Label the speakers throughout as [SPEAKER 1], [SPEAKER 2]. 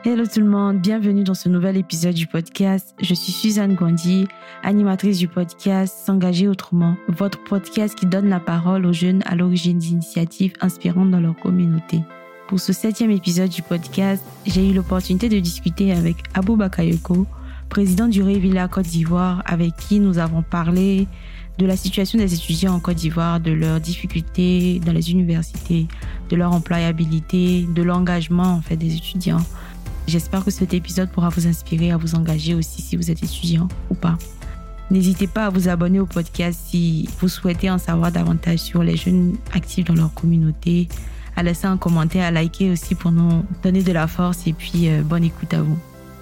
[SPEAKER 1] Hello tout le monde, bienvenue dans ce nouvel épisode du podcast. Je suis Suzanne Gandhi, animatrice du podcast S'engager autrement, votre podcast qui donne la parole aux jeunes à l'origine d'initiatives inspirantes dans leur communauté. Pour ce 7e épisode du podcast, j'ai eu l'opportunité de discuter avec Abou Bakayoko, président du Revilla Côte d'Ivoire, avec qui nous avons parlé de la situation des étudiants en Côte d'Ivoire, de leurs difficultés dans les universités, de leur employabilité, de l'engagement des étudiants. J'espère que cet épisode pourra vous inspirer à vous engager aussi si vous êtes étudiant ou pas. N'hésitez pas à vous abonner au podcast si vous souhaitez en savoir davantage sur les jeunes actifs dans leur communauté, à laisser un commentaire, à liker aussi pour nous donner de la force et puis bonne écoute à vous.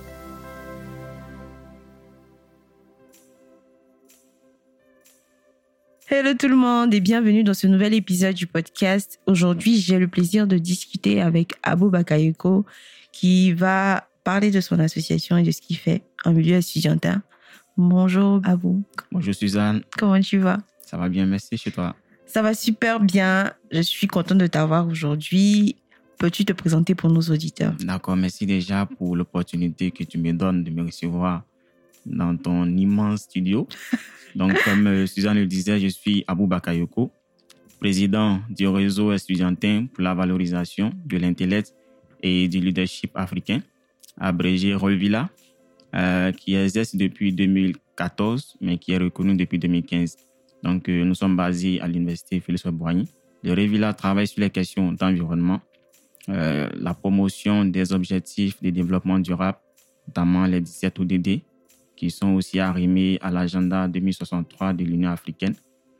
[SPEAKER 1] Hello tout le monde et bienvenue dans ce nouvel épisode du podcast. Aujourd'hui, j'ai le plaisir de discuter avec Abou Bakayoko qui va parler de son association et de ce qu'il fait en milieu estudiantin. Bonjour Abou.
[SPEAKER 2] Bonjour Suzanne.
[SPEAKER 1] Comment tu vas?
[SPEAKER 2] Ça va bien, merci, chez toi?
[SPEAKER 1] Ça va super bien. Je suis contente de t'avoir aujourd'hui. Peux-tu te présenter pour nos auditeurs?
[SPEAKER 2] D'accord, merci déjà pour l'opportunité que tu me donnes de me recevoir dans ton immense studio. Donc, comme Suzanne le disait, je suis Abou Bakayoko, président du réseau estudiantin pour la valorisation de l'intellect et du leadership africain, abrégé Revilla, qui exerce depuis 2014, mais qui est reconnu depuis 2015. Donc, nous sommes basés à l'université Félix-Houphouët-Boigny. Le Revilla travaille sur les questions d'environnement, la promotion des objectifs de développement durable, notamment les 17 ODD, qui sont aussi arrimés à l'agenda 2063 de l'Union africaine.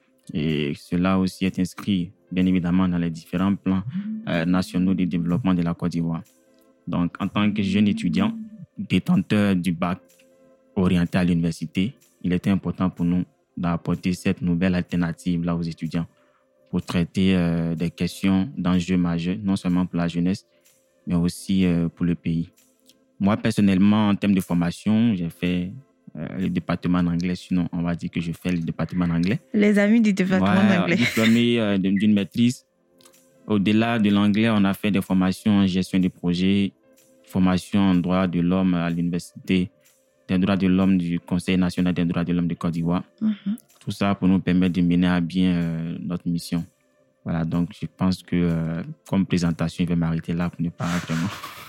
[SPEAKER 2] Et cela aussi est inscrit, bien évidemment, dans les différents plans nationaux de développement de la Côte d'Ivoire. Donc, en tant que jeune étudiant, détenteur du bac orienté à l'université, il était important pour nous d'apporter cette nouvelle alternative-là aux étudiants pour traiter des questions d'enjeux majeurs, non seulement pour la jeunesse, mais aussi pour le pays. Moi, personnellement, en termes de formation, j'ai fait le département d'anglais, sinon on va dire que je fais le département d'anglais.
[SPEAKER 1] Les amis du département d'anglais.
[SPEAKER 2] Diplômé d'une maîtrise. Au-delà de l'anglais, on a fait des formations en gestion de projet, formation en droit de l'homme à l'université des droits de l'homme du Conseil national des droits de l'homme de Côte d'Ivoire. Mm-hmm. Tout ça pour nous permettre de mener à bien notre mission. Voilà, donc je pense que comme présentation, je vais m'arrêter là pour ne pas vraiment...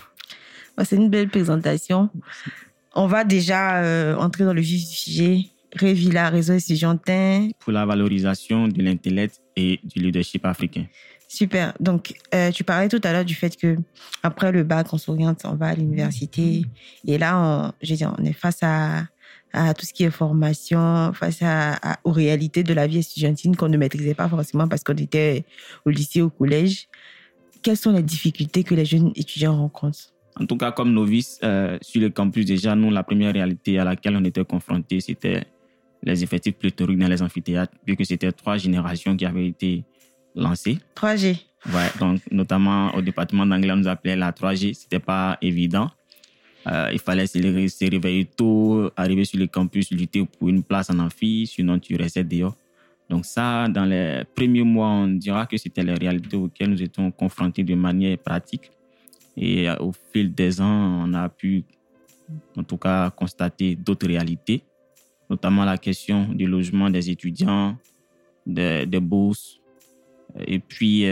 [SPEAKER 1] C'est une belle présentation. On va déjà entrer dans le vif du sujet. Revilla, réseau estudiantin.
[SPEAKER 2] Pour la valorisation de l'intellect et du leadership africain.
[SPEAKER 1] Super. Donc, tu parlais tout à l'heure du fait que après le bac, on s'oriente, on va à l'université. Et là, on est face à tout ce qui est formation, face aux réalités de la vie estudiantine qu'on ne maîtrisait pas forcément parce qu'on était au lycée, au collège. Quelles sont les difficultés que les jeunes étudiants rencontrent?
[SPEAKER 2] En tout cas, comme novices, sur le campus, déjà, nous, la première réalité à laquelle on était confrontés, c'était les effectifs pléthoriques dans les amphithéâtres, vu que c'était 3 générations qui avaient été lancées.
[SPEAKER 1] 3G.
[SPEAKER 2] Ouais, donc, notamment au département d'anglais, on nous appelait la 3G. C'était pas évident. Il fallait se réveiller tôt, arriver sur le campus, lutter pour une place en amphi, sinon tu restais dehors. Donc ça, dans les premiers mois, on dira que c'était les réalités auxquelles nous étions confrontés de manière pratique. Et au fil des ans, on a pu, en tout cas, constater d'autres réalités, notamment la question du logement des étudiants, des bourses, et puis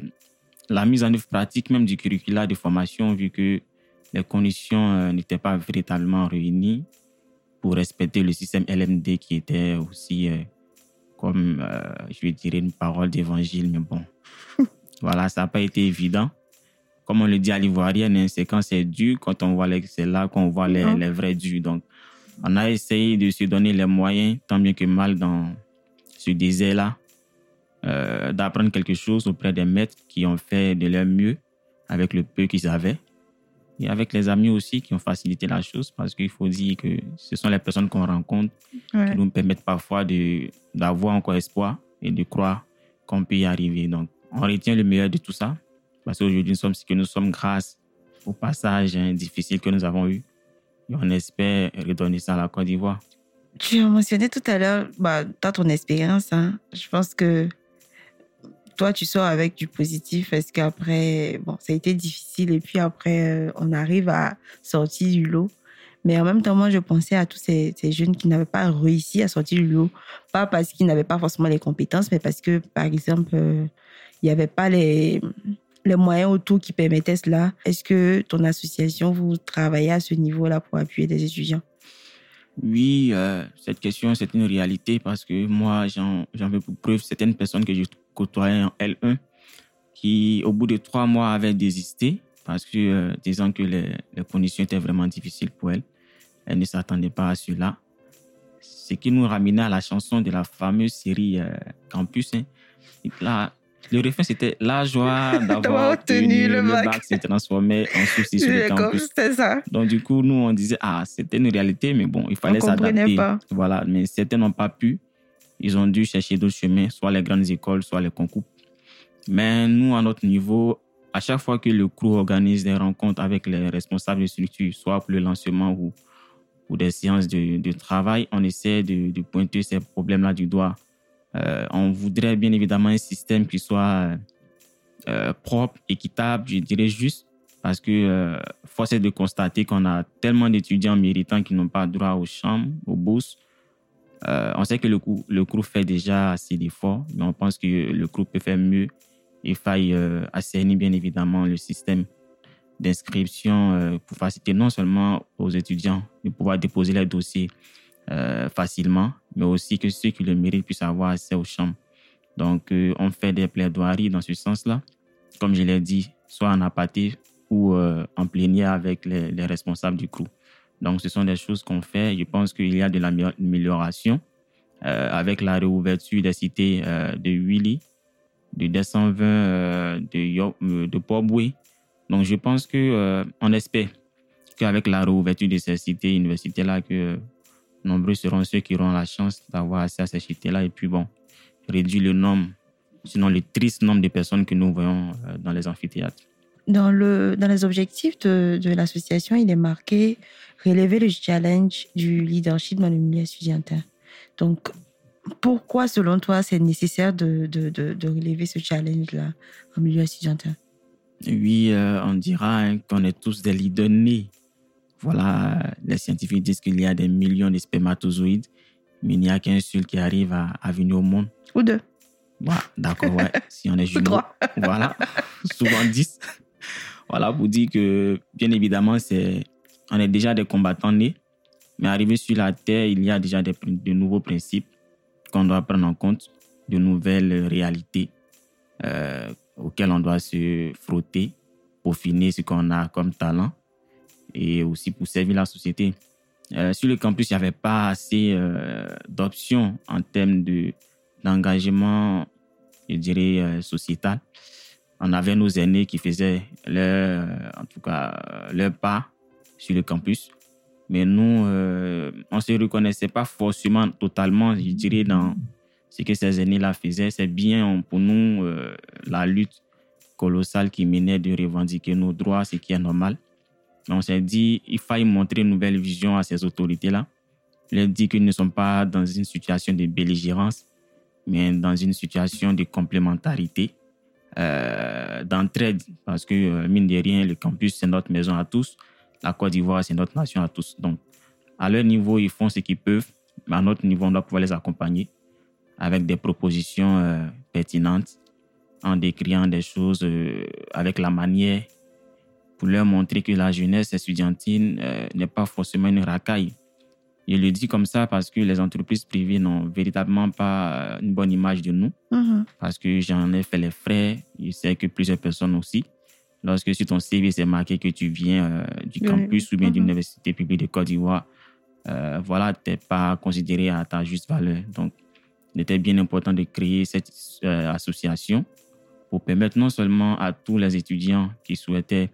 [SPEAKER 2] la mise en œuvre pratique même du curricula de formation, vu que les conditions n'étaient pas véritablement réunies pour respecter le système LMD qui était aussi, comme je vais dire, une parole d'évangile, mais bon, voilà, ça n'a pas été évident. Comme on le dit à l'ivoirienne, c'est quand c'est dur, quand on voit c'est là qu'on voit les vrais durs. Donc, on a essayé de se donner les moyens, tant bien que mal, dans ce désert-là, d'apprendre quelque chose auprès des maîtres qui ont fait de leur mieux avec le peu qu'ils avaient. Et avec les amis aussi qui ont facilité la chose, parce qu'il faut dire que ce sont les personnes qu'on rencontre qui nous permettent parfois d'avoir encore espoir et de croire qu'on peut y arriver. Donc, on retient le meilleur de tout ça. Parce qu'aujourd'hui, nous sommes ce que nous sommes grâce au passage difficile que nous avons eu. Et on espère redonner ça à la Côte d'Ivoire.
[SPEAKER 1] Tu as mentionné tout à l'heure, dans ton expérience, je pense que toi, tu sors avec du positif. Est-ce qu'après, bon, ça a été difficile et puis après, on arrive à sortir du lot. Mais en même temps, moi, je pensais à tous ces jeunes qui n'avaient pas réussi à sortir du lot. Pas parce qu'ils n'avaient pas forcément les compétences, mais parce que, par exemple, il n'y avait pas les moyens autour qui permettaient cela. Est-ce que ton association, vous travaillez à ce niveau-là pour appuyer des étudiants?
[SPEAKER 2] Oui, cette question, c'est une réalité parce que moi, j'en veux pour preuve certaines personnes que je côtoyais en L1 qui, au bout de 3 mois, avaient désisté parce que, disant que les conditions étaient vraiment difficiles pour elles. Elles ne s'attendaient pas à cela. Ce qui nous ramenait à la chanson de la fameuse série Campus. Hein. Là, le refrain, c'était « La joie d'avoir obtenu le bac s'est transformé en souci sur le campus ».
[SPEAKER 1] C'est ça.
[SPEAKER 2] Donc, du coup, nous, on disait « Ah, c'était une réalité, mais bon, il fallait s'adapter. » Voilà, mais certains n'ont pas pu. Ils ont dû chercher d'autres chemins, soit les grandes écoles, soit les concours. Mais nous, à notre niveau, à chaque fois que le crew organise des rencontres avec les responsables de structure, soit pour le lancement ou des séances de travail, on essaie de pointer ces problèmes-là du doigt. On voudrait bien évidemment un système qui soit propre, équitable, je dirais juste, parce que force est de constater qu'on a tellement d'étudiants méritants qui n'ont pas droit aux chambres, aux bourses. On sait que le crew fait déjà assez d'efforts, mais on pense que le crew peut faire mieux. Il faille assainir bien évidemment le système d'inscription pour faciliter non seulement aux étudiants de pouvoir déposer leurs dossiers facilement, mais aussi que ceux qui le méritent puissent avoir accès aux chambres. Donc, on fait des plaidoiries dans ce sens-là, comme je l'ai dit, soit en aparté ou en plénière avec les responsables du crew. Donc, ce sont des choses qu'on fait. Je pense qu'il y a de l'amélioration avec la réouverture des cités de Willy, de 220 de Port-Boué. Donc, je pense on espère qu'avec la réouverture de ces cités universités-là, que nombreux seront ceux qui auront la chance d'avoir accès à ces cités-là. Et puis, bon, réduire le nombre, sinon le triste nombre de personnes que nous voyons dans les amphithéâtres.
[SPEAKER 1] Dans les objectifs de l'association, il est marqué « Relever le challenge du leadership dans le milieu estudiantin ». Donc, pourquoi, selon toi, c'est nécessaire de relever ce challenge-là en milieu estudiantin?
[SPEAKER 2] Oui, on dira qu'on est tous des leaders nés. Voilà, les scientifiques disent qu'il y a des millions de spermatozoïdes, mais il n'y a qu'un seul qui arrive à venir au monde.
[SPEAKER 1] Ou deux.
[SPEAKER 2] Voilà, d'accord, ouais. Si on est jumeaux.
[SPEAKER 1] Ou trois.
[SPEAKER 2] Voilà, souvent 10. Voilà, pour dire que, bien évidemment, on est déjà des combattants nés, mais arrivé sur la Terre, il y a déjà de nouveaux principes qu'on doit prendre en compte, de nouvelles réalités auxquelles on doit se frotter, peaufiner ce qu'on a comme talent et aussi pour servir la société. Sur le campus, il n'y avait pas assez d'options en termes d'engagement, je dirais, sociétal. On avait nos aînés qui faisaient leur pas sur le campus. Mais nous, on ne se reconnaissait pas forcément totalement, je dirais, dans ce que ces aînés-là faisaient. C'est bien pour nous la lutte colossale qui menait de revendiquer nos droits, ce qui est normal. Mais on s'est dit, il fallait montrer une nouvelle vision à ces autorités-là. Leur dire qu'ils ne sont pas dans une situation de belligérance, mais dans une situation de complémentarité, d'entraide. Parce que, mine de rien, le campus, c'est notre maison à tous. La Côte d'Ivoire, c'est notre nation à tous. Donc, à leur niveau, ils font ce qu'ils peuvent. Mais à notre niveau, on doit pouvoir les accompagner avec des propositions pertinentes, en décrivant des choses avec la manière pour leur montrer que la jeunesse estudiantine n'est pas forcément une racaille. Je le dis comme ça parce que les entreprises privées n'ont véritablement pas une bonne image de nous. Mm-hmm. Parce que j'en ai fait les frais. Je sais que plusieurs personnes aussi. Lorsque sur ton CV, c'est marqué que tu viens du campus ou bien d'une université publique de Côte d'Ivoire, voilà, tu n'es pas considéré à ta juste valeur. Donc, il était bien important de créer cette association pour permettre non seulement à tous les étudiants qui souhaitaient,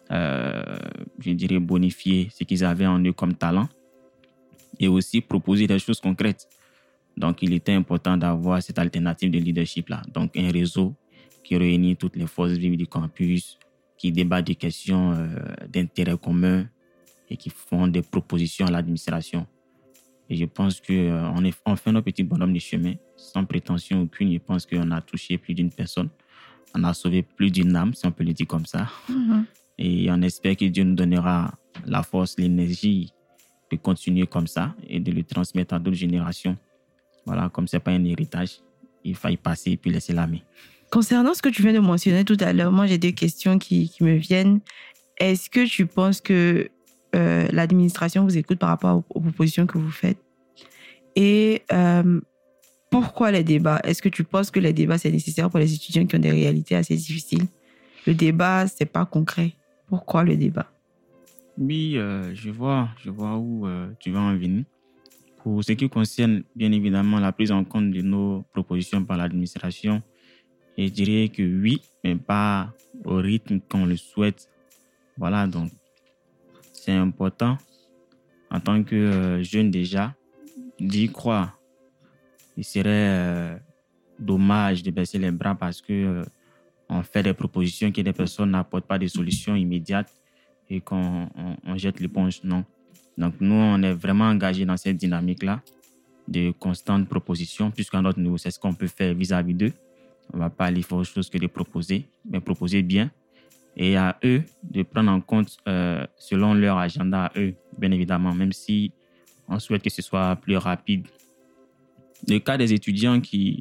[SPEAKER 2] je dirais, bonifier ce qu'ils avaient en eux comme talent et aussi proposer des choses concrètes. Donc, il était important d'avoir cette alternative de leadership-là. Donc, un réseau qui réunit toutes les forces vives du campus, qui débattent des questions d'intérêt commun et qui font des propositions à l'administration. Et je pense qu'on fait notre petit bonhomme de chemin, sans prétention aucune. Je pense qu'on a touché plus d'une personne. On a sauvé plus d'une âme, si on peut le dire comme ça. Et on espère que Dieu nous donnera la force, l'énergie de continuer comme ça et de le transmettre à d'autres générations. Voilà, comme ce n'est pas un héritage, il faut y passer et puis laisser la main.
[SPEAKER 1] Concernant ce que tu viens de mentionner tout à l'heure, moi, j'ai des questions qui me viennent. Est-ce que tu penses que l'administration vous écoute par rapport aux propositions que vous faites? Et pourquoi les débats? Est-ce que tu penses que les débats, c'est nécessaire pour les étudiants qui ont des réalités assez difficiles? Le débat, c'est pas concret. Pourquoi le débat?
[SPEAKER 2] Oui, je vois où tu vas en venir. Pour ce qui concerne, bien évidemment, la prise en compte de nos propositions par l'administration, je dirais que oui, mais pas au rythme qu'on le souhaite. Voilà, donc c'est important en tant que jeune déjà d'y croire. Il serait dommage de baisser les bras parce que on fait des propositions que des personnes n'apportent pas de solutions immédiates et qu'on jette l'éponge. Non. Donc nous, on est vraiment engagés dans cette dynamique-là de constantes propositions, puisqu'à notre niveau, c'est ce qu'on peut faire vis-à-vis d'eux. On ne va pas aller faire autre chose que de proposer, mais proposer bien. Et à eux de prendre en compte selon leur agenda à eux, bien évidemment, même si on souhaite que ce soit plus rapide. Le cas des étudiants qui,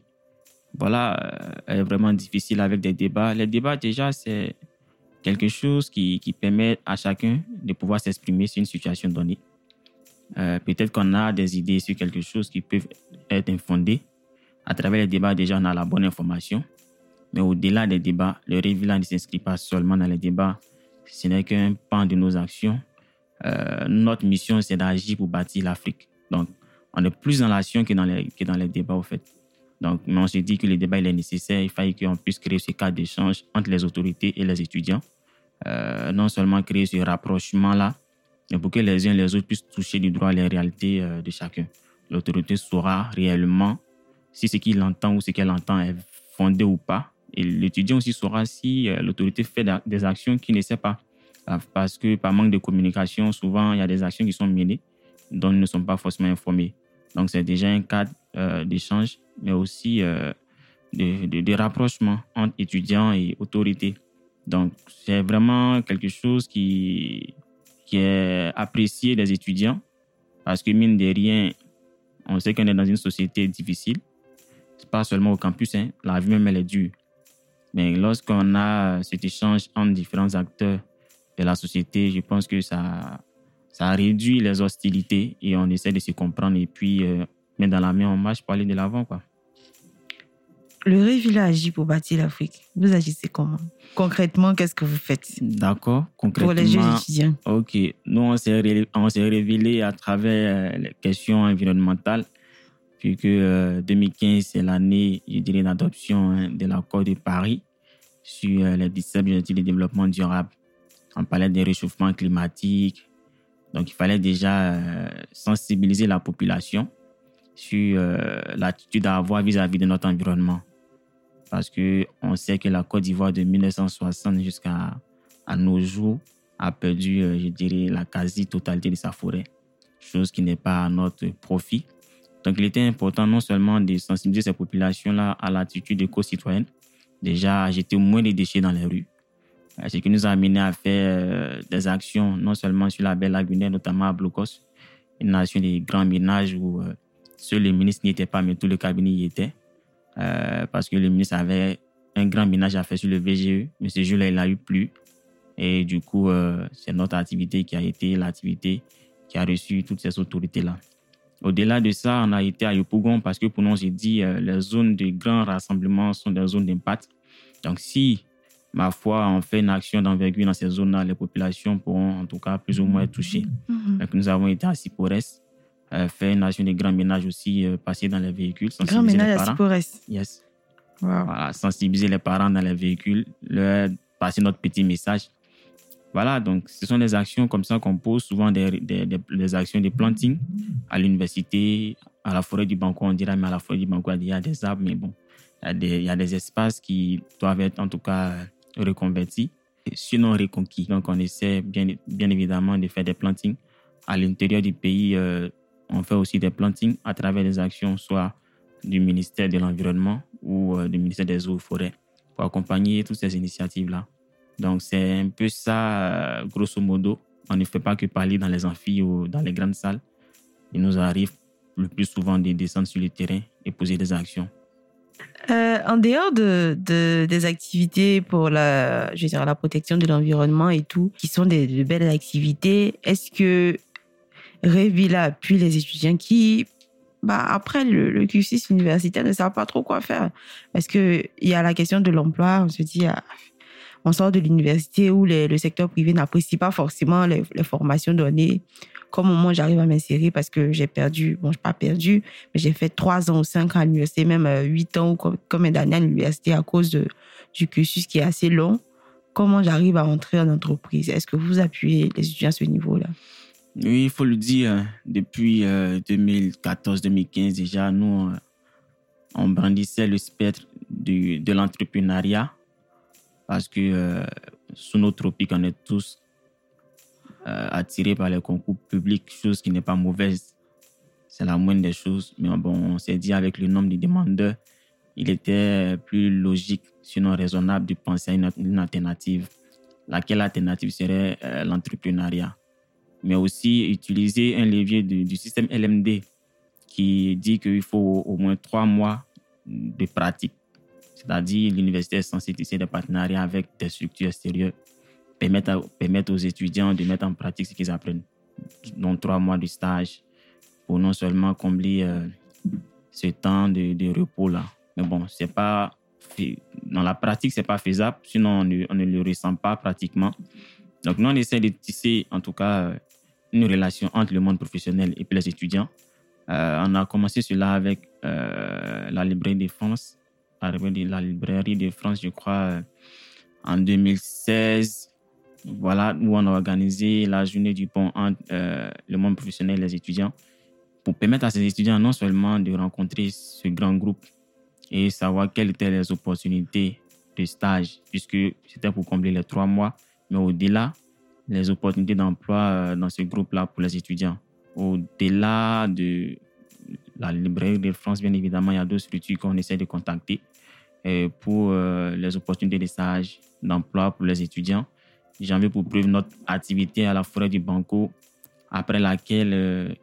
[SPEAKER 2] est vraiment difficile avec des débats. Les débats, déjà, c'est quelque chose qui permet à chacun de pouvoir s'exprimer sur une situation donnée. Peut-être qu'on a des idées sur quelque chose qui peut être infondé. À travers les débats, déjà, on a la bonne information. Mais au-delà des débats, le Révila ne s'inscrit pas seulement dans les débats. Ce n'est qu'un pan de nos actions. Notre mission, c'est d'agir pour bâtir l'Afrique. Donc, on est plus dans l'action que dans les débats, au fait. Donc, mais on se dit que le débat il est nécessaire. Il fallait qu'on puisse créer ce cadre d'échange entre les autorités et les étudiants. Non seulement créer ce rapprochement-là, mais pour que les uns et les autres puissent toucher du droit les réalités de chacun. L'autorité saura réellement si ce qu'il entend ou ce qu'elle entend est fondé ou pas. Et l'étudiant aussi saura si l'autorité fait des actions qu'il ne sait pas. Parce que par manque de communication, souvent, il y a des actions qui sont menées dont ils ne sont pas forcément informés. Donc, c'est déjà un cadre d'échange, mais aussi de rapprochement entre étudiants et autorités. Donc, c'est vraiment quelque chose qui est apprécié des étudiants parce que, mine de rien, on sait qu'on est dans une société difficile. Ce n'est pas seulement au campus, hein. La vie même, elle est dure. Mais lorsqu'on a cet échange entre différents acteurs de la société, je pense que ça réduit les hostilités et on essaie de se comprendre et puis mettre dans la main, on marche pour aller de l'avant, quoi.
[SPEAKER 1] Le Révila agit pour bâtir l'Afrique. Vous agissez comment? Concrètement, qu'est-ce que vous faites?
[SPEAKER 2] D'accord. Concrètement,
[SPEAKER 1] pour les jeunes étudiants.
[SPEAKER 2] OK. Nous, on s'est révélé à travers les questions environnementales, puisque 2015, c'est l'année, je dirais, d'adoption de l'accord de Paris sur les 17 objectifs de développement durable. On parlait des réchauffements climatiques. Donc, il fallait déjà sensibiliser la population sur l'attitude à avoir vis-à-vis de notre environnement. Parce qu'on sait que la Côte d'Ivoire de 1960 jusqu'à nos jours a perdu, je dirais, la quasi-totalité de sa forêt, chose qui n'est pas à notre profit. Donc, il était important non seulement de sensibiliser ces populations-là à l'attitude éco-citoyenne, déjà à jeter moins de déchets dans les rues, ce qui nous a amené à faire des actions non seulement sur la baie lagunaire, notamment à Blocos, une nation des grands ménages où seul le ministre n'y était pas, mais tout le cabinet y était. Parce que le ministre avait un grand ménage à faire sur le VGE, mais ce jour-là, il n'a eu plus. Et du coup, c'est notre activité qui a été l'activité qui a reçu toutes ces autorités-là. Au-delà de ça, on a été à Yopougon parce que pour nous, j'ai dit les zones de grands rassemblements sont des zones d'impact. Donc, si, ma foi, on fait une action d'envergure dans ces zones-là, les populations pourront en tout cas plus ou moins être touchées. Donc, nous avons été à Sipores, faire une action de grand ménage aussi, passer dans les véhicules, sensibiliser les parents.
[SPEAKER 1] Grand ménage à Sipores.
[SPEAKER 2] Yes.
[SPEAKER 1] Wow.
[SPEAKER 2] Voilà, sensibiliser les parents dans les véhicules, leur passer notre petit message. Voilà, donc ce sont des actions comme ça qu'on pose, souvent des actions de planting à l'université, à la forêt du Banco, on dirait, mais à la forêt du Banco, il y a des arbres, mais bon, il y a des espaces qui doivent être en tout cas reconvertis, sinon reconquis. Donc on essaie bien évidemment de faire des plantings à l'intérieur du pays on fait aussi des plantings à travers des actions, soit du ministère de l'Environnement ou du ministère des Eaux et Forêts, pour accompagner toutes ces initiatives-là. Donc, c'est un peu ça, grosso modo. On ne fait pas que parler dans les amphis ou dans les grandes salles. Il nous arrive le plus souvent de descendre sur le terrain et poser des actions.
[SPEAKER 1] En dehors des activités pour la protection de l'environnement et tout, qui sont de belles activités, est-ce que Revilla appuie les étudiants qui, après le cursus universitaire, ne savent pas trop quoi faire? Parce qu'il y a la question de l'emploi, on se dit, on sort de l'université où le secteur privé n'apprécie pas forcément les formations données. Comme au moment où j'arrive à m'insérer, parce que j'ai perdu, je n'ai pas perdu, mais j'ai fait 3 ans ou 5 ans à l'université, même 8 ans ou combien d'années à l'université à cause du cursus qui est assez long. Comment j'arrive à entrer en entreprise? Est-ce que vous appuyez les étudiants à ce niveau-là?
[SPEAKER 2] Oui, il faut le dire, depuis 2014-2015 déjà, nous, on brandissait le spectre de l'entrepreneuriat parce que sous nos tropiques, on est tous attirés par les concours publics, chose qui n'est pas mauvaise. C'est la moindre des choses. Mais bon, on s'est dit avec le nombre de demandeurs, il était plus logique, sinon raisonnable, de penser à une alternative. Laquelle alternative serait l'entrepreneuriat. Mais aussi utiliser un levier du système LMD qui dit qu'il faut au moins 3 mois de pratique. C'est-à-dire, l'université est censée tisser des partenariats avec des structures extérieures, permettre aux étudiants de mettre en pratique ce qu'ils apprennent. Donc, 3 mois de stage pour non seulement combler ce temps de repos-là. Mais bon, c'est pas dans la pratique, c'est pas faisable, sinon on ne le ressent pas pratiquement. Donc, nous, on essaie de tisser, en tout cas, une relation entre le monde professionnel et puis les étudiants. On a commencé cela avec la librairie de France, la librairie de France, je crois, en 2016. Voilà, où on a organisé la journée du pont entre le monde professionnel et les étudiants pour permettre à ces étudiants non seulement de rencontrer ce grand groupe et savoir quelles étaient les opportunités de stage, puisque c'était pour combler les 3 mois, mais au-delà, les opportunités d'emploi dans ce groupe-là pour les étudiants. Au-delà de la librairie de France, bien évidemment, il y a d'autres structures qu'on essaie de contacter pour les opportunités de stage, d'emploi pour les étudiants. J'en veux pour preuve notre activité à la forêt du Banco, après laquelle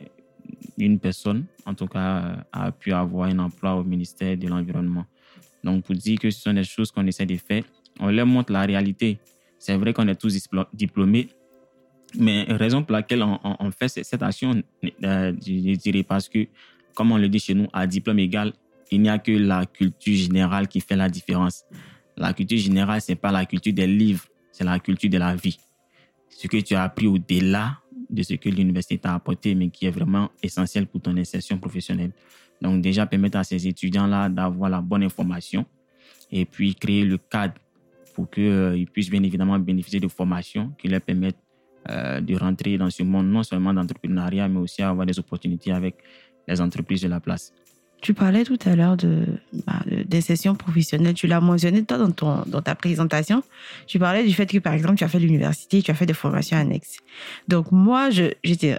[SPEAKER 2] une personne, en tout cas, a pu avoir un emploi au ministère de l'Environnement. Donc, pour dire que ce sont des choses qu'on essaie de faire, on leur montre la réalité. C'est vrai qu'on est tous diplômés, mais raison pour laquelle on fait cette action, je dirais parce que, comme on le dit chez nous, à diplôme égal, il n'y a que la culture générale qui fait la différence. La culture générale, ce n'est pas la culture des livres, c'est la culture de la vie. Ce que tu as appris au-delà de ce que l'université t'a apporté, mais qui est vraiment essentiel pour ton insertion professionnelle. Donc déjà, permettre à ces étudiants-là d'avoir la bonne information et puis créer le cadre pour qu'ils puissent bien évidemment bénéficier de formations qui leur permettent de rentrer dans ce monde, non seulement d'entrepreneuriat, mais aussi avoir des opportunités avec les entreprises de la place.
[SPEAKER 1] Tu parlais tout à l'heure d'insertion professionnelle. Tu l'as mentionné toi dans ta présentation. Tu parlais du fait que, par exemple, tu as fait l'université, tu as fait des formations annexes. Donc, moi, je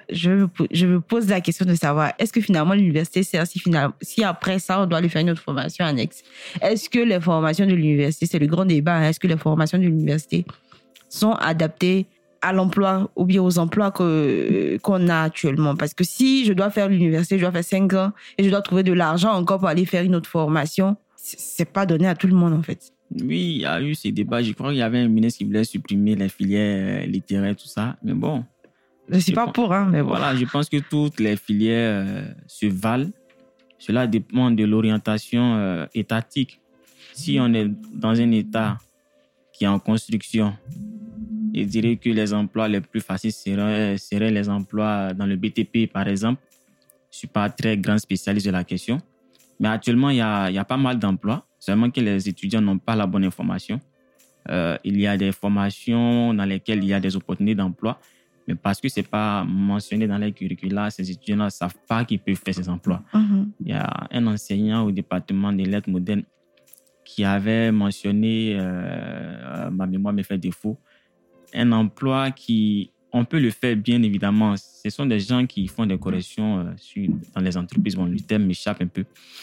[SPEAKER 1] me pose la question de savoir, est-ce que finalement l'université sert si après ça, on doit lui faire une autre formation annexe? Est-ce que les formations de l'université, c'est le grand débat, hein, est-ce que les formations de l'université sont adaptées à l'emploi ou bien aux emplois qu'on a actuellement? Parce que si je dois faire l'université, je dois faire 5 ans et je dois trouver de l'argent encore pour aller faire une autre formation, c'est pas donné à tout le monde en fait.
[SPEAKER 2] Oui, il y a eu ces débats. Je crois qu'il y avait un ministre qui voulait supprimer les filières littéraires, tout ça. Mais bon.
[SPEAKER 1] Je suis pas pour, hein, mais bon.
[SPEAKER 2] Voilà, je pense que toutes les filières se valent. Cela dépend de l'orientation étatique. Si on est dans un État qui est en construction, je dirais que les emplois les plus faciles seraient les emplois dans le BTP, par exemple. Je ne suis pas très grand spécialiste de la question. Mais actuellement, il y a pas mal d'emplois, seulement que les étudiants n'ont pas la bonne information. Il y a des formations dans lesquelles il y a des opportunités d'emploi, mais parce que ce n'est pas mentionné dans les curricula, ces étudiants ne savent pas qu'ils peuvent faire ces emplois. Il y a un enseignant au département des lettres modernes qui avait mentionné, ma mémoire me fait défaut, un emploi qui on peut le faire, bien évidemment. Ce sont des gens qui font des corrections dans les entreprises. Bon, le terme m'échappe un peu.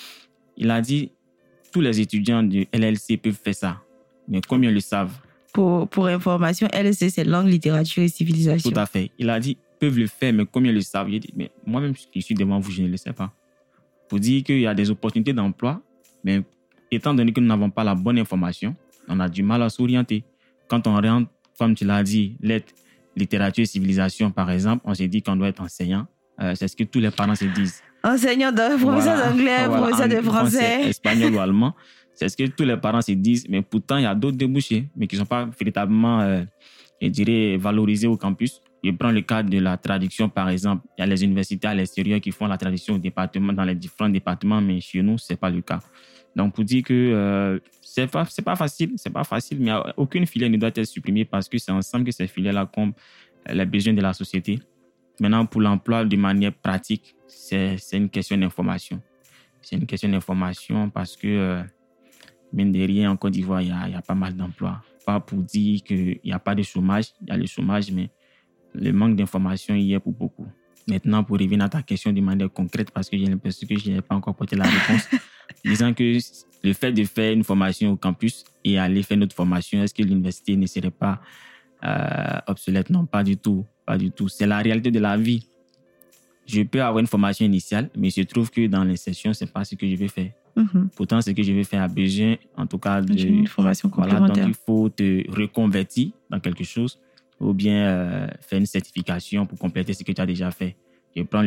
[SPEAKER 2] Il a dit, tous les étudiants du LLC peuvent faire ça. Mais combien le savent?
[SPEAKER 1] Pour information, LLC, c'est langue, littérature et civilisation.
[SPEAKER 2] Tout à fait. Il a dit, peuvent le faire, mais combien le savent? Il a dit, mais moi-même, je suis devant vous, je ne le sais pas. Pour dire qu'il y a des opportunités d'emploi, mais étant donné que nous n'avons pas la bonne information, on a du mal à s'orienter. Quand on rentre, comme tu l'as dit, lettres, littérature et civilisation, par exemple, on s'est dit qu'on doit être enseignant. C'est ce que tous les parents se disent.
[SPEAKER 1] Enseignant professeur d'anglais, professeur de français.
[SPEAKER 2] Espagnol ou allemand. C'est ce que tous les parents se disent. Mais pourtant, il y a d'autres débouchés, mais qui ne sont pas véritablement, je dirais, valorisés au campus. Je prends le cas de la traduction, par exemple. Il y a les universités à l'extérieur qui font la traduction au département, dans les différents départements, mais chez nous, ce n'est pas le cas. Donc, pour dire que c'est pas facile, mais aucune filière ne doit être supprimée parce que c'est ensemble que ces filières-là comblent les besoins de la société. Maintenant, pour l'emploi de manière pratique, c'est une question d'information. C'est une question d'information parce que, mine de rien, en Côte d'Ivoire, il y a pas mal d'emplois. Pas pour dire qu'il n'y a pas de chômage, il y a le chômage, mais le manque d'information y est pour beaucoup. Maintenant, pour revenir à ta question de manière concrète, parce que j'ai l'impression que je n'ai pas encore porté la réponse, disant que le fait de faire une formation au campus et aller faire notre formation, est-ce que l'université ne serait pas obsolète? Non, pas du tout. Pas du tout. C'est la réalité de la vie. Je peux avoir une formation initiale, mais il se trouve que dans l'insertion, ce n'est pas ce que je vais faire. Mm-hmm. Pourtant, ce que je vais faire a besoin, en tout cas,
[SPEAKER 1] d'une formation complémentaire.
[SPEAKER 2] Voilà, donc il faut te reconvertir dans quelque chose ou bien faire une certification pour compléter ce que tu as déjà fait. Je prends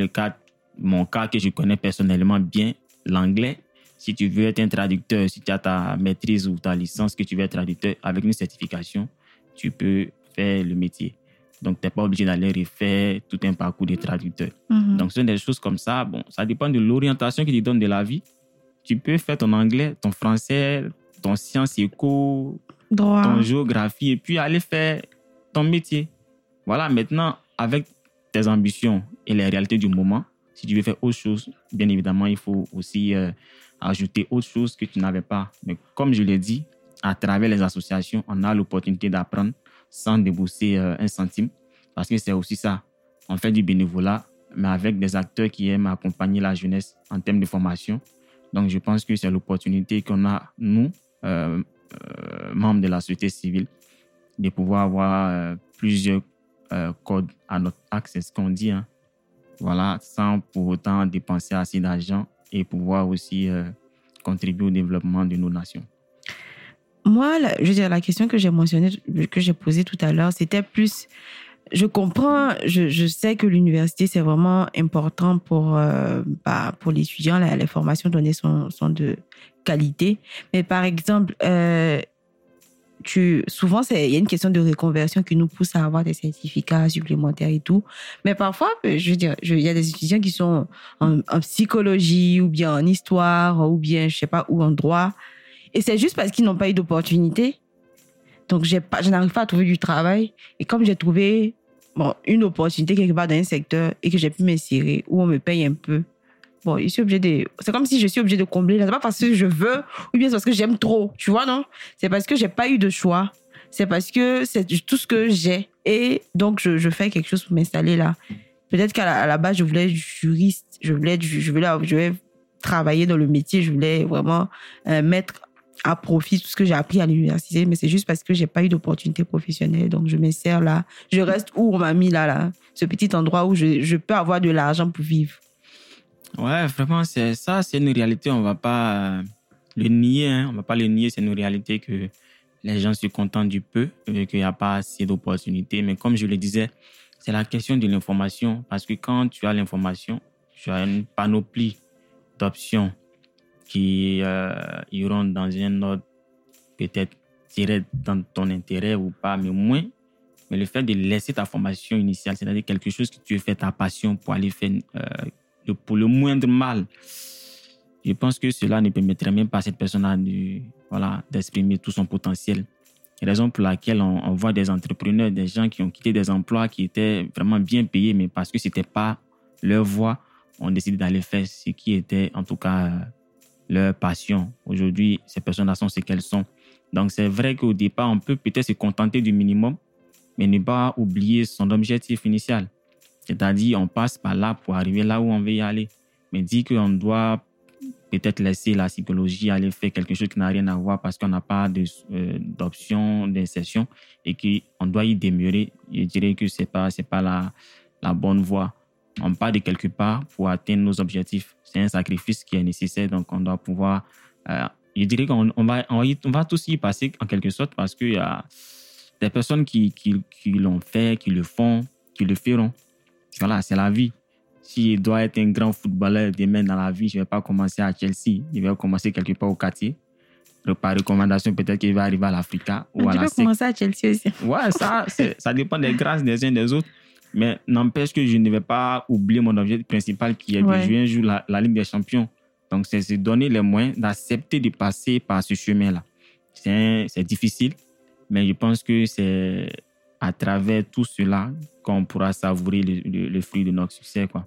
[SPEAKER 2] mon cas que je connais personnellement bien, l'anglais. Si tu veux être un traducteur, si tu as ta maîtrise ou ta licence, que tu veux être traducteur, avec une certification, tu peux faire le métier. Donc, tu n'es pas obligé d'aller refaire tout un parcours de traducteur. Mm-hmm. Donc, ce sont des choses comme ça. Bon, ça dépend de l'orientation qu'ils te donnent de la vie. Tu peux faire ton anglais, ton français, ton sciences éco,
[SPEAKER 1] droit,
[SPEAKER 2] ton géographie, et puis aller faire ton métier. Voilà, maintenant, avec tes ambitions et les réalités du moment, si tu veux faire autre chose, bien évidemment, il faut aussi ajouter autre chose que tu n'avais pas. Mais comme je l'ai dit, à travers les associations, on a l'opportunité d'apprendre sans débourser un centime. Parce que c'est aussi ça. On fait du bénévolat, mais avec des acteurs qui aiment accompagner la jeunesse en termes de formation. Donc, je pense que c'est l'opportunité qu'on a, nous, membres de la société civile, de pouvoir avoir plusieurs codes à notre axe, c'est ce qu'on dit. Hein. Voilà, sans pour autant dépenser assez d'argent et pouvoir aussi contribuer au développement de nos nations.
[SPEAKER 1] Moi, je veux dire, la question que j'ai mentionnée, que j'ai posée tout à l'heure, c'était plus... Je comprends, je sais que l'université, c'est vraiment important pour l'étudiant. Les formations données sont de qualité. Mais par exemple, souvent, il y a une question de reconversion qui nous pousse à avoir des certificats supplémentaires et tout. Mais parfois, je veux dire, il y a des étudiants qui sont en psychologie ou bien en histoire ou bien, je sais pas, ou en droit. Et c'est juste parce qu'ils n'ont pas eu d'opportunité. Donc, je n'arrive pas à trouver du travail. Et comme j'ai trouvé une opportunité quelque part dans un secteur et que j'ai pu m'insérer, où on me paye un peu, c'est comme si je suis obligée de combler. C'est pas parce que je veux ou bien c'est parce que j'aime trop. Tu vois, non? C'est parce que j'ai pas eu de choix. C'est parce que c'est tout ce que j'ai. Et donc, je fais quelque chose pour m'installer là. Peut-être qu'à la base, je voulais être juriste. Je voulais travailler dans le métier. Je voulais vraiment mettre à profit tout ce que j'ai appris à l'université, mais c'est juste parce que j'ai pas eu d'opportunité professionnelle. Donc, je m'insère là. Je reste où on m'a mis là. Ce petit endroit où je peux avoir de l'argent pour vivre.
[SPEAKER 2] Ouais, vraiment, c'est une réalité. On va pas le nier. Hein. On va pas le nier. C'est une réalité que les gens se contentent du peu, qu'il n'y a pas assez d'opportunités. Mais comme je le disais, c'est la question de l'information. Parce que quand tu as l'information, tu as une panoplie d'options qui iront dans un ordre peut-être tiré dans ton intérêt ou pas, mais moins. Mais le fait de laisser ta formation initiale, c'est-à-dire quelque chose que tu veux faire ta passion pour aller faire pour le moindre mal, je pense que cela ne permettrait même pas à cette personne d'exprimer tout son potentiel. Raison pour laquelle on voit des entrepreneurs, des gens qui ont quitté des emplois qui étaient vraiment bien payés, mais parce que ce n'était pas leur voie, ont décidé d'aller faire ce qui était en tout cas leur passion. Aujourd'hui, ces personnes-là sont ce qu'elles sont. Donc, c'est vrai qu'au départ, on peut peut-être se contenter du minimum, mais ne pas oublier son objectif initial. C'est-à-dire, on passe par là pour arriver là où on veut y aller. Mais dire qu'on doit peut-être laisser la psychologie aller faire quelque chose qui n'a rien à voir parce qu'on n'a pas d'option d'insertion et qu'on doit y demeurer, je dirais que c'est pas la bonne voie. On part de quelque part pour atteindre nos objectifs. C'est un sacrifice qui est nécessaire, donc on doit pouvoir... je dirais qu'on va tous y passer en quelque sorte parce qu'il y a des personnes qui l'ont fait, qui le font, qui le feront. Voilà, c'est la vie. Si je dois être un grand footballeur demain dans la vie, je ne vais pas commencer à Chelsea. Je vais commencer quelque part au quartier. Par recommandation, peut-être qu'il va arriver à l'Africa ou à la SEC.
[SPEAKER 1] Tu peux commencer à Chelsea aussi.
[SPEAKER 2] Ouais, ça dépend des grâces des uns des autres. Mais n'empêche que je ne vais pas oublier mon objectif principal qui est de jouer un jour la Ligue des Champions. Donc, c'est se donner les moyens d'accepter de passer par ce chemin-là. C'est difficile, mais je pense que c'est à travers tout cela qu'on pourra savourer le fruit de notre succès, quoi.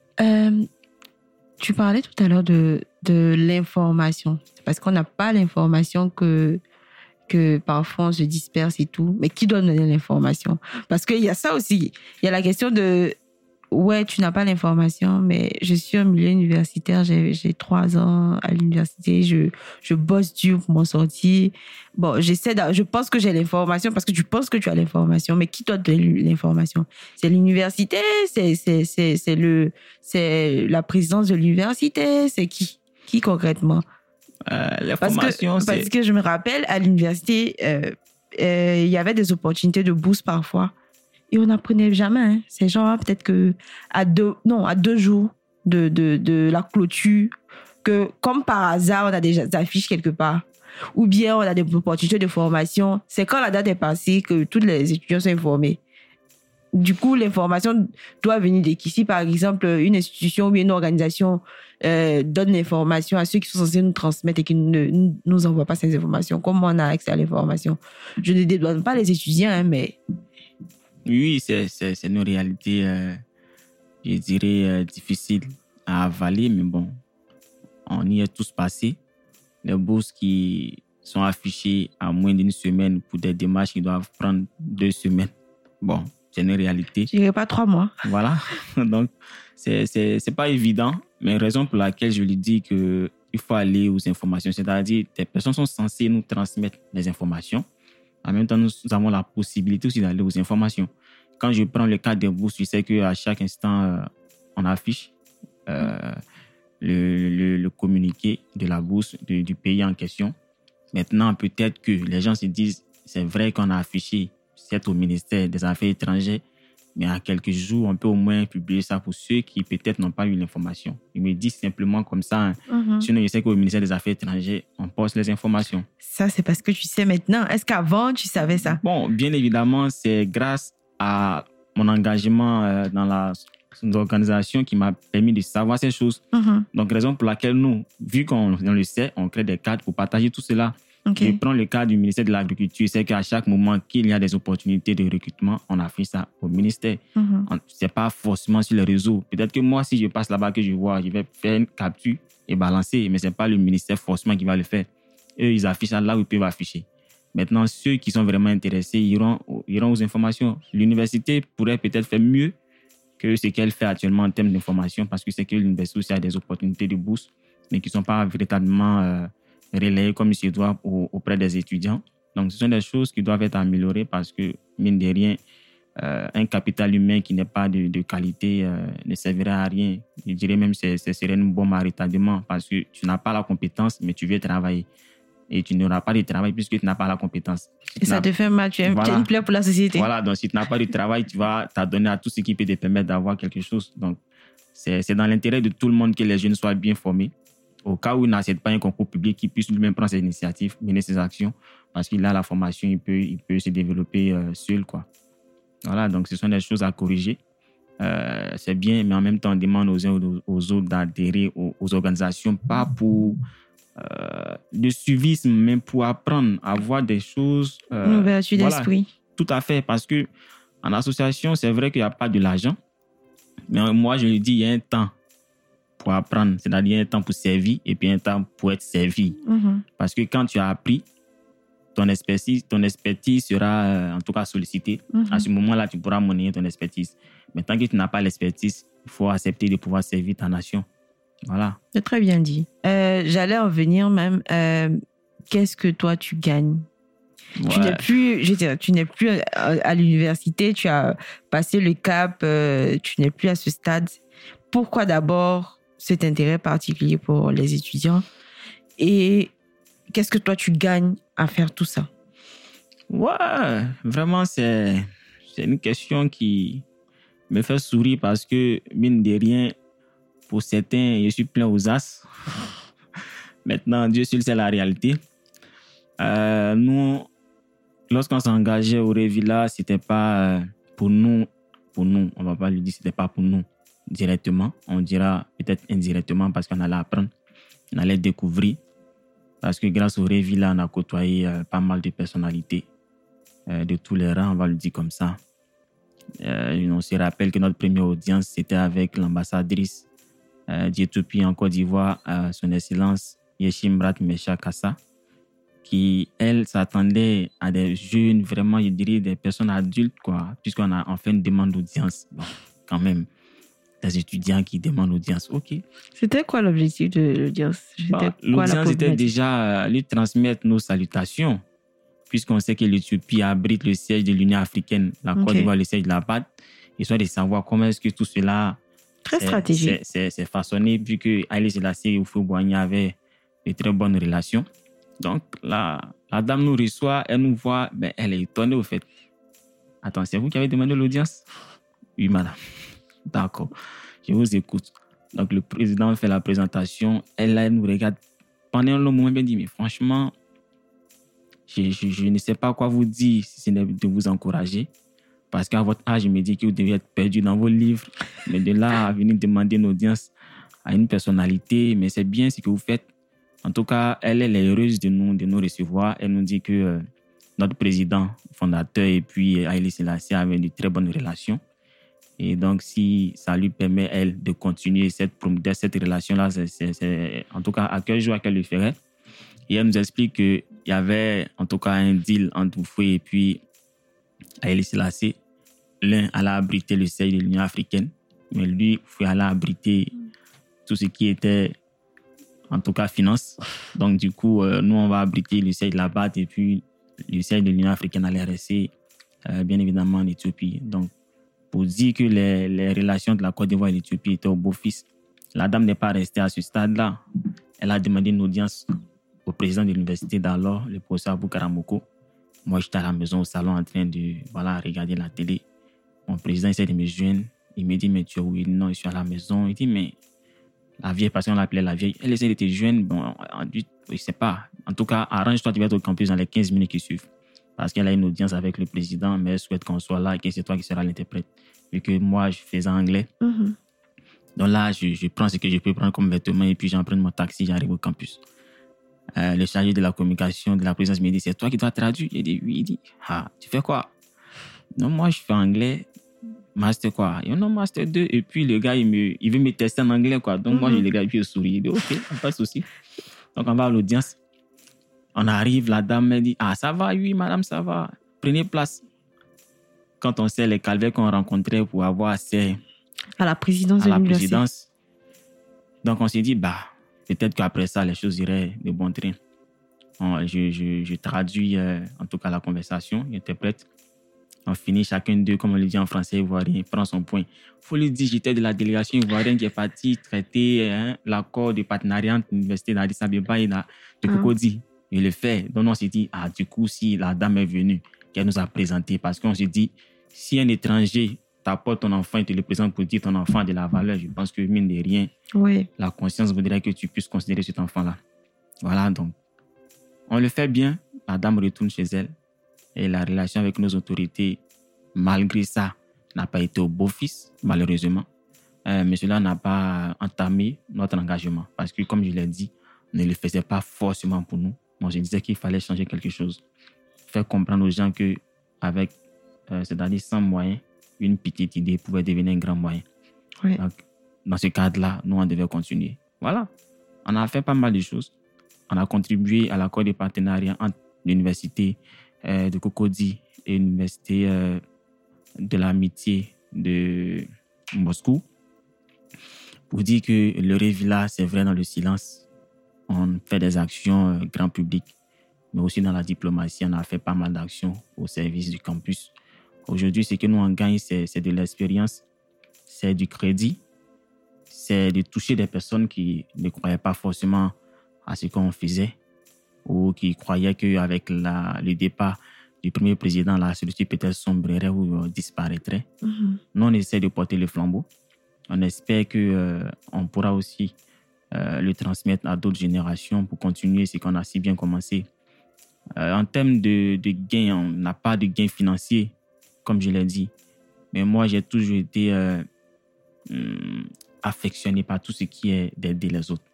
[SPEAKER 1] Tu parlais tout à l'heure de l'information. C'est parce qu'on n'a pas l'information que parfois on se disperse et tout. Mais qui doit donner l'information? Parce qu'il y a ça aussi. Il y a la question de ouais, tu n'as pas l'information, mais je suis un milieu universitaire, j'ai 3 ans à l'université, je bosse dur pour m'en sortir. Bon, je pense que j'ai l'information parce que tu penses que tu as l'information, mais qui doit donner l'information? C'est l'université, c'est la présidence de l'université, c'est qui? Qui concrètement?
[SPEAKER 2] L'information,
[SPEAKER 1] parce que je me rappelle, à l'université, il y avait des opportunités de bourse parfois. Et on n'apprenait jamais. Hein. C'est genre peut-être que à 2 jours de la clôture, que comme par hasard, on a des affiches quelque part. Ou bien on a des opportunités de formation. C'est quand la date est passée que tous les étudiants sont informés. Du coup, l'information doit venir de qui? Si par exemple, une institution ou une organisation donne l'information à ceux qui sont censés nous transmettre et qui ne nous envoient pas ces informations, comment on a accès à l'information? Je ne dédouane pas les étudiants, hein, mais...
[SPEAKER 2] Oui, c'est une réalité, je dirais, difficile à avaler, mais bon, on y est tous passés. Les bourses qui sont affichées à moins d'1 semaine pour des démarches qui doivent prendre 2 semaines. Bon, c'est une réalité.
[SPEAKER 1] Je dirais pas 3 mois.
[SPEAKER 2] Voilà, donc c'est pas évident, mais raison pour laquelle je lui dis qu'il faut aller aux informations, c'est-à-dire des personnes sont censées nous transmettre les informations. En même temps, nous avons la possibilité aussi d'aller aux informations. Quand je prends le cas des bourses, je sais qu'à chaque instant, on affiche le communiqué de la bourse du pays en question. Maintenant, peut-être que les gens se disent, c'est vrai qu'on a affiché, c'est au ministère des Affaires étrangères, mais à quelques jours, on peut au moins publier ça pour ceux qui peut-être n'ont pas eu l'information. Ils me disent simplement comme ça. Sinon, je sais qu'au ministère des Affaires étrangères, on poste les informations.
[SPEAKER 1] Ça, c'est parce que tu sais maintenant. Est-ce qu'avant, tu savais ça?
[SPEAKER 2] Bon, bien évidemment, c'est grâce à mon engagement dans l'organisation qui m'a permis de savoir ces choses. Donc, raison pour laquelle nous, vu qu'on le sait, on crée des cadres pour partager tout cela. Okay. Je prends le cas du ministère de l'Agriculture. C'est qu'à chaque moment qu'il y a des opportunités de recrutement, on a fait ça au ministère. C'est pas forcément sur les réseaux. Peut-être que moi, si je passe là-bas, que je vois, je vais faire une capture et balancer, mais c'est pas le ministère forcément qui va le faire. Eux, ils affichent ça là où ils peuvent afficher. Maintenant, ceux qui sont vraiment intéressés iront aux informations. L'université pourrait peut-être faire mieux que ce qu'elle fait actuellement en termes d'information, parce que c'est que l'université aussi a des opportunités de bourse, mais qui ne sont pas véritablement relayées comme il se doit auprès des étudiants. Donc, ce sont des choses qui doivent être améliorées parce que, mine de rien, un capital humain qui n'est pas de qualité ne servirait à rien. Je dirais même que ce serait une bombe à retardement parce que tu n'as pas la compétence, mais tu veux travailler. Et tu n'auras pas de travail puisque tu n'as pas la compétence.
[SPEAKER 1] Et ça te fait mal, tu es une plaie pour la société.
[SPEAKER 2] Voilà, donc si tu n'as pas de travail, tu vas t'adonner à tout ce qui peut te permettre d'avoir quelque chose. Donc, c'est dans l'intérêt de tout le monde que les jeunes soient bien formés. Au cas où ils n'acceptent pas un concours public, qu'ils puissent lui-même prendre ses initiatives, mener ses actions, parce qu'il a la formation, il peut se développer seul, quoi. Voilà, donc ce sont des choses à corriger. C'est bien, mais en même temps, on demande aux uns aux autres d'adhérer aux organisations, pas pour de suivisme, mais pour apprendre à voir des choses.
[SPEAKER 1] Une ouverture d'esprit.
[SPEAKER 2] Tout à fait, parce que en association, c'est vrai qu'il n'y a pas de l'argent, mais moi, je le dis, il y a un temps pour apprendre, c'est-à-dire un temps pour servir et puis un temps pour être servi. Parce que quand tu as appris, ton expertise sera en tout cas sollicitée. À ce moment-là, tu pourras monnayer ton expertise. Mais tant que tu n'as pas l'expertise, il faut accepter de pouvoir servir ta nation. Voilà.
[SPEAKER 1] C'est très bien dit. J'allais en venir même. Qu'est-ce que toi, tu gagnes? Ouais. Tu n'es plus à l'université, tu as passé le cap, tu n'es plus à ce stade. Pourquoi d'abord cet intérêt particulier pour les étudiants? Et qu'est-ce que toi, tu gagnes à faire tout ça?
[SPEAKER 2] Ouais, vraiment, c'est une question qui me fait sourire parce que, mine de rien, pour certains, je suis plein aux as. Maintenant, Dieu seul sait la réalité. Nous, lorsqu'on s'engageait au Revilla, c'était pas pour nous, on va pas lui dire c'était pas pour nous directement. On dira peut-être indirectement parce qu'on allait apprendre, on allait découvrir. Parce que grâce au Revilla, on a côtoyé pas mal de personnalités de tous les rangs, on va le dire comme ça. On se rappelle que notre première audience, c'était avec l'ambassadrice d'Éthiopie en Côte d'Ivoire, son Excellence Yeshimrat Mesha Kassa, qui, elle, s'attendait à des jeunes, vraiment, je dirais, des personnes adultes, quoi, puisqu'on a enfin une demande d'audience. Bon, quand même, des étudiants qui demandent l'audience. OK.
[SPEAKER 1] C'était quoi l'objectif de l'audience?
[SPEAKER 2] L'audience était déjà lui transmettre nos salutations, puisqu'on sait que l'Éthiopie abrite le siège de l'Union africaine, la Côte d'Ivoire, le siège de la BAD, et soit de savoir comment est-ce que tout cela
[SPEAKER 1] très stratégique.
[SPEAKER 2] C'est façonné, vu que Haïlé Sélassié et Houphouët-Boigny avaient de très bonnes relations. Donc, la dame nous reçoit, elle nous voit, ben, elle est étonnée au fait. Attends, c'est vous qui avez demandé l'audience? Oui, madame. D'accord, je vous écoute. Donc, le président fait la présentation. Elle nous regarde pendant un long moment, elle dit, mais franchement, je ne sais pas quoi vous dire si ce n'est de vous encourager. Parce qu'à votre âge, je me dis que vous devez être perdu dans vos livres. Mais de là à venir demander une audience à une personnalité, mais c'est bien ce que vous faites. En tout cas, elle est heureuse de nous recevoir. Elle nous dit que notre président fondateur et puis Haïlé Sélassié avaient de très bonnes relations. Et donc, si ça lui permet, elle, de continuer cette relation-là, c'est en tout cas à quel jour qu'elle le ferait. Et elle nous explique qu'il y avait en tout cas un deal entre Houphouët et puis Haïlé Sélassié. L'un allait abriter le siège de l'Union africaine, mais lui, Houphouët allait abriter tout ce qui était en tout cas finance. Donc, du coup, nous, on va abriter le siège de la BAD et puis le siège de l'Union africaine allait rester, bien évidemment, en Éthiopie. Donc, pour dire que les relations de la Côte d'Ivoire et l'Éthiopie étaient au beau-fils, la dame n'est pas restée à ce stade-là. Elle a demandé une audience au président de l'université d'alors, le professeur Abou Karamoko. Moi, j'étais à la maison, au salon, en train de regarder la télé. Mon président essaie de me joindre. Il me dit, mais tu es où? Non, je suis à la maison. Il dit, mais la vieille, parce qu'on l'appelait la vieille, elle essaie de te joindre. Bon, je ne sais pas. En tout cas, arrange-toi, tu vas être au campus dans les 15 minutes qui suivent. Parce qu'elle a une audience avec le président, mais elle souhaite qu'on soit là et que c'est toi qui seras l'interprète. Vu que moi, je faisais anglais. Donc là, je prends ce que je peux prendre comme vêtements et puis j'emprunte mon taxi, j'arrive au campus. Le chargé de la communication de la présidence me dit, c'est toi qui dois traduire? J'ai dit, oui. Il dit, tu fais quoi? Non, moi, je fais anglais. Master quoi? Non, master 2. Et puis le gars, il veut me tester en anglais, quoi. Donc moi, je le regarde et puis je souris. Il dit, OK, pas de souci. Donc on va à l'audience. On arrive, la dame me dit, ça va? Oui, madame, ça va. Prenez place. Quand on sait les calvaires qu'on rencontrait pour avoir accès
[SPEAKER 1] à la présidence de l'université.
[SPEAKER 2] Donc on s'est dit, peut-être qu'après ça, les choses iraient de bon train. Je traduis en tout cas la conversation, j'interprète. On finit chacun d'eux, comme on le dit en français ivoirien, prend son point. Il faut lui dire, j'étais de la délégation ivoirienne qui est partie traiter l'accord de partenariat entre l'université d'Addis Abeba et de Cocody. Il le fait. Donc on s'est dit, du coup, si la dame est venue, qu'elle nous a présenté, parce qu'on s'est dit, si un étranger t'apporte ton enfant et te le présente pour dire ton enfant a de la valeur, je pense que mine de rien, la conscience voudrait que tu puisses considérer cet enfant-là. Voilà, donc, on le fait bien. La dame retourne chez elle. Et la relation avec nos autorités, malgré ça, n'a pas été au beau-fils, malheureusement. Mais cela n'a pas entamé notre engagement. Parce que, comme je l'ai dit, on ne le faisait pas forcément pour nous. Moi, je disais qu'il fallait changer quelque chose. Faire comprendre aux gens qu'avec, c'est-à-dire sans moyens, une petite idée pouvait devenir un grand moyen. Donc, dans ce cadre-là, nous, on devait continuer. Voilà. On a fait pas mal de choses. On a contribué à l'accord de partenariat entre l'université de Cocody et l'université de l'amitié de Moscou, pour dire que le rêve là, c'est vrai dans le silence. On fait des actions grand public, mais aussi dans la diplomatie, on a fait pas mal d'actions au service du campus. Aujourd'hui, ce que nous en gagnons, c'est de l'expérience, c'est du crédit, c'est de toucher des personnes qui ne croyaient pas forcément à ce qu'on faisait ou qui croyaient qu'avec le départ du premier président, la société peut-être sombrerait ou disparaîtrait. Nous, on essaie de porter le flambeau. On espère qu'on pourra aussi le transmettre à d'autres générations pour continuer ce qu'on a si bien commencé. En termes de gains, on n'a pas de gains financiers, comme je l'ai dit. Mais moi, j'ai toujours été affectionné par tout ce qui est d'aider les autres.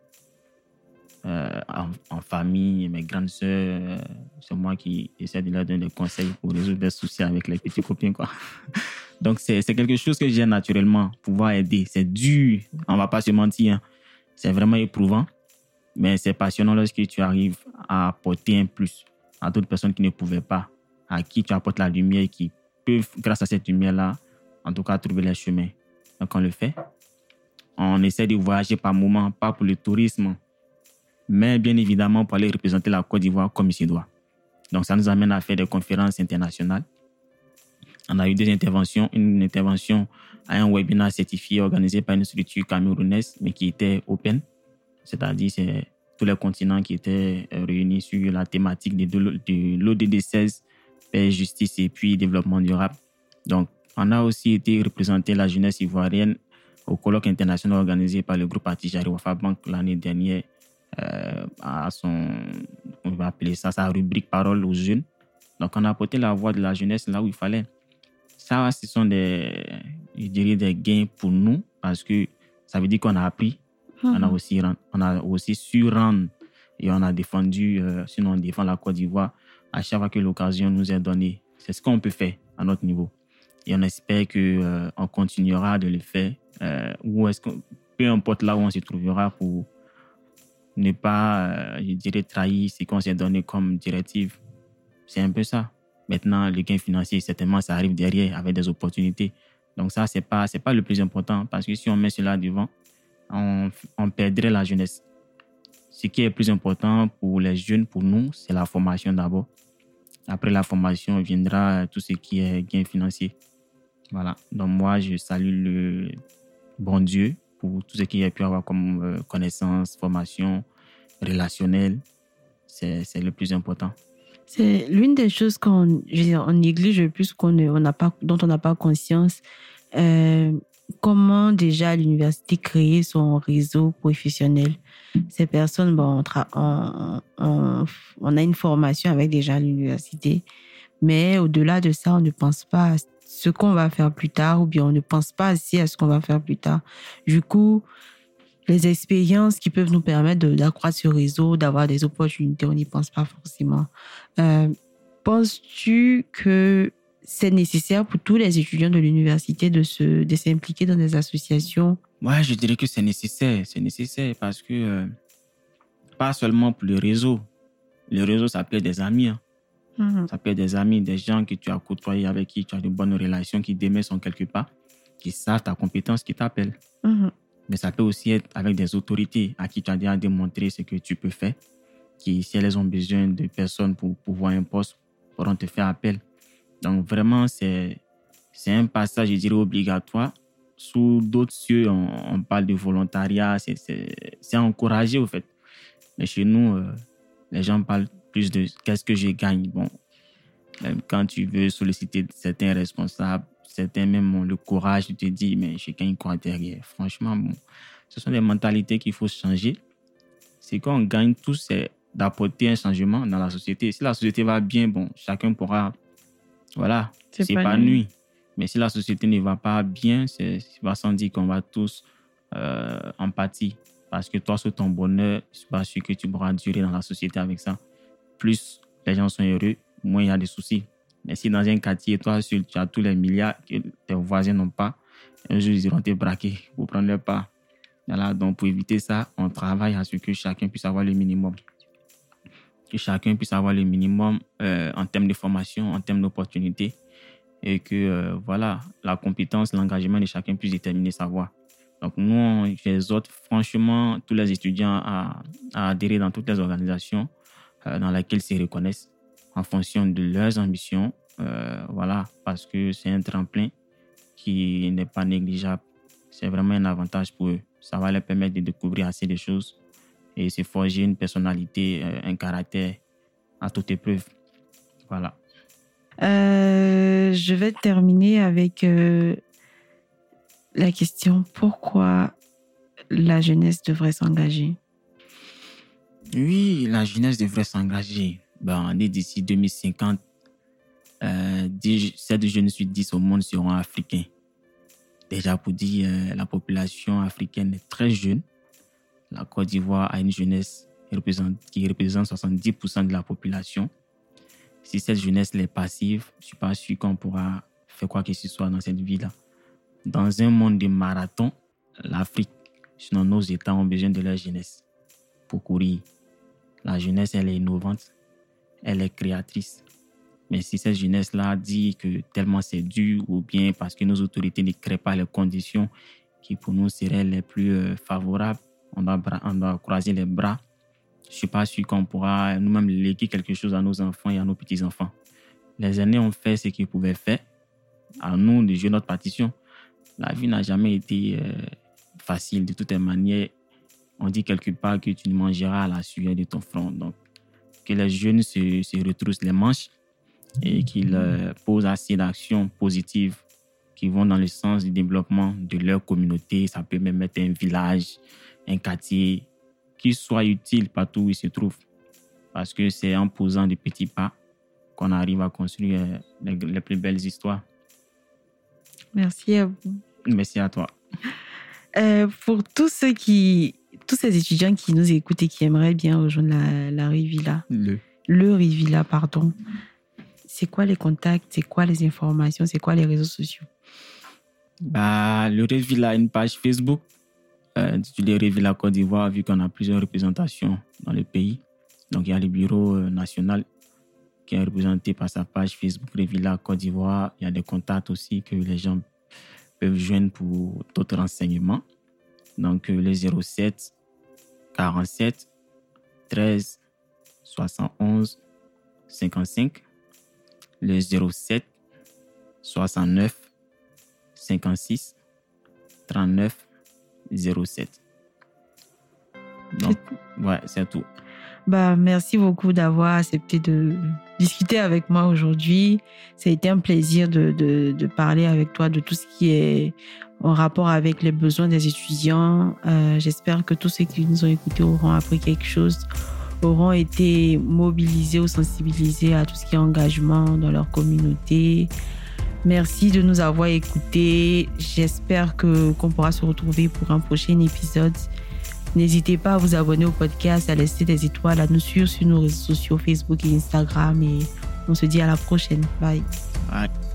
[SPEAKER 2] En famille, mes grandes sœurs, c'est moi qui essaie de leur donner des conseils pour résoudre des soucis avec les petits copains, quoi. Donc, c'est quelque chose que j'ai naturellement, pouvoir aider. C'est dur, on ne va pas se mentir. Hein. C'est vraiment éprouvant, mais c'est passionnant lorsque tu arrives à apporter un plus à d'autres personnes qui ne pouvaient pas, à qui tu apportes la lumière et qui peuvent, grâce à cette lumière-là, en tout cas, trouver les chemins. Donc, on le fait. On essaie de voyager par moment, pas pour le tourisme, mais bien évidemment pour aller représenter la Côte d'Ivoire comme il se doit. Donc, ça nous amène à faire des conférences internationales. On a eu des interventions, une intervention à un webinaire certifié organisé par une structure camerounaise, mais qui était open, c'est-à-dire c'est tous les continents qui étaient réunis sur la thématique de l'ODD 16, paix, justice et puis développement durable. Donc, on a aussi été représenté la jeunesse ivoirienne au colloque international organisé par le groupe Attijari Wafa Bank l'année dernière à on va appeler ça sa rubrique Parole aux jeunes. Donc, on a apporté la voix de la jeunesse là où il fallait. Ça, ce sont des gains pour nous parce que ça veut dire qu'on a appris, on a aussi su rendre et on a défendu, sinon on défend la Côte d'Ivoire à chaque fois que l'occasion nous est donnée. C'est ce qu'on peut faire à notre niveau. Et on espère qu'on continuera de le faire. Peu importe là où on se trouvera pour ne pas, trahir ce qu'on s'est donné comme directive. C'est un peu ça. Maintenant, le gain financier, certainement, ça arrive derrière avec des opportunités. Donc ça, c'est pas le plus important parce que si on met cela devant, on perdrait la jeunesse. Ce qui est plus important pour les jeunes, pour nous, c'est la formation d'abord. Après la formation, viendra tout ce qui est gain financier. Voilà. Donc moi, je salue le bon Dieu pour tout ce qu'il a pu avoir comme connaissances, formation, relationnelle. C'est le plus important.
[SPEAKER 1] C'est l'une des choses on néglige le plus, dont on n'a pas conscience. Comment déjà l'université crée son réseau professionnel. Ces personnes, on a une formation avec des gens à l'université, mais au-delà de ça, on ne pense pas à ce qu'on va faire plus tard, ou bien on ne pense pas assez à ce qu'on va faire plus tard. Du coup, les expériences qui peuvent nous permettre d'accroître ce réseau, d'avoir des opportunités, on n'y pense pas forcément. Penses-tu que c'est nécessaire pour tous les étudiants de l'université de s'impliquer dans des associations?
[SPEAKER 2] Ouais, je dirais que c'est nécessaire. C'est nécessaire parce que pas seulement pour le réseau. Le réseau, ça peut être des amis. Hein. Ça peut être des amis, des gens que tu as côtoyés, avec qui tu as de bonnes relations, qui demain sont quelque part, qui savent ta compétence, qui t'appellent. Mais ça peut aussi être avec des autorités à qui tu as déjà démontré ce que tu peux faire, qui, si elles ont besoin de personnes pour pouvoir un poste, pourront te faire appel. Donc vraiment, c'est un passage, je dirais, obligatoire. Sous d'autres cieux, on parle de volontariat, c'est encouragé au fait. Mais chez nous, les gens parlent plus de qu'est-ce que je gagne. Bon, même quand tu veux solliciter certains responsables, certains même ont le courage de te dire, mais je gagne quoi derrière? Franchement, bon, ce sont des mentalités qu'il faut changer. Ce qu'on gagne tous, c'est d'apporter un changement dans la société. Si la société va bien, bon, chacun pourra, s'épanouir. Mais si la société ne va pas bien, c'est va sans dire qu'on va tous en pâtir. Parce que toi, sur ton bonheur, je suis pas sûr que tu pourras durer dans la société avec ça. Plus les gens sont heureux, moins il y a des soucis. Mais si dans un quartier, toi, tu as tous les milliards que tes voisins n'ont pas, un jour, ils iront te braquer pour prendre leur part. Voilà, donc pour éviter ça, on travaille à ce que chacun puisse avoir le minimum. que chacun puisse avoir le minimum en termes de formation, en termes d'opportunités, et que la compétence, l'engagement de chacun puisse déterminer sa voie. Donc nous, je exhorte franchement tous les étudiants à adhérer dans toutes les organisations dans lesquelles ils se reconnaissent en fonction de leurs ambitions, parce que c'est un tremplin qui n'est pas négligeable. C'est vraiment un avantage pour eux. Ça va leur permettre de découvrir assez de choses et se forger une personnalité, un caractère à toute épreuve. Voilà.
[SPEAKER 1] Je vais terminer avec la question pourquoi la jeunesse devrait s'engager?
[SPEAKER 2] Oui, la jeunesse devrait s'engager. On est d'ici 2050, 7 jeunes sur 10 au monde seront africains. Déjà pour dire, la population africaine est très jeune. La Côte d'Ivoire a une jeunesse qui représente 70% de la population. Si cette jeunesse est passive, je ne suis pas sûr qu'on pourra faire quoi que ce soit dans cette vie-là. Dans un monde de marathon, l'Afrique, sinon nos États, ont besoin de leur jeunesse pour courir. La jeunesse, elle est innovante, elle est créatrice. Mais si cette jeunesse-là dit que tellement c'est dur ou bien parce que nos autorités ne créent pas les conditions qui pour nous seraient les plus favorables, on doit croiser les bras. Je ne suis pas sûr qu'on pourra nous-mêmes léguer quelque chose à nos enfants et à nos petits-enfants. Les aînés ont fait ce qu'ils pouvaient faire. À nous de jouer notre partition. La vie n'a jamais été facile. De toutes les manières, on dit quelque part que tu ne mangeras à la sueur de ton front. Donc, que les jeunes se retroussent les manches et qu'ils posent assez d'actions positives qui vont dans le sens du développement de leur communauté. Ça peut même être un village, un quartier, qui soit utile partout où ils se trouvent. Parce que c'est en posant des petits pas qu'on arrive à construire les plus belles histoires.
[SPEAKER 1] Merci à vous.
[SPEAKER 2] Merci à toi.
[SPEAKER 1] Pour tous ces étudiants qui nous écoutent et qui aimeraient bien rejoindre la Rivilla, le Rivilla, pardon, c'est quoi les contacts, c'est quoi les informations, c'est quoi les réseaux sociaux?
[SPEAKER 2] Le Rivilla a une page Facebook, intitulée Rivilla Côte d'Ivoire, vu qu'on a plusieurs représentations dans le pays. Donc il y a le bureau national qui est représenté par sa page Facebook Rivilla Côte d'Ivoire. Il y a des contacts aussi que les gens peuvent joindre pour d'autres renseignements. Donc, le 07 47 13 71 55, le 07 69 56 39 07. Donc, c'est tout.
[SPEAKER 1] Merci beaucoup d'avoir accepté de discuter avec moi aujourd'hui. Ça a été un plaisir de parler avec toi de tout ce qui est en rapport avec les besoins des étudiants. J'espère que tous ceux qui nous ont écoutés auront appris quelque chose, auront été mobilisés ou sensibilisés à tout ce qui est engagement dans leur communauté. Merci de nous avoir écoutés. J'espère qu'on pourra se retrouver pour un prochain épisode. N'hésitez pas à vous abonner au podcast, à laisser des étoiles, à nous suivre sur nos réseaux sociaux, Facebook et Instagram. Et on se dit à la prochaine. Bye.
[SPEAKER 2] Bye.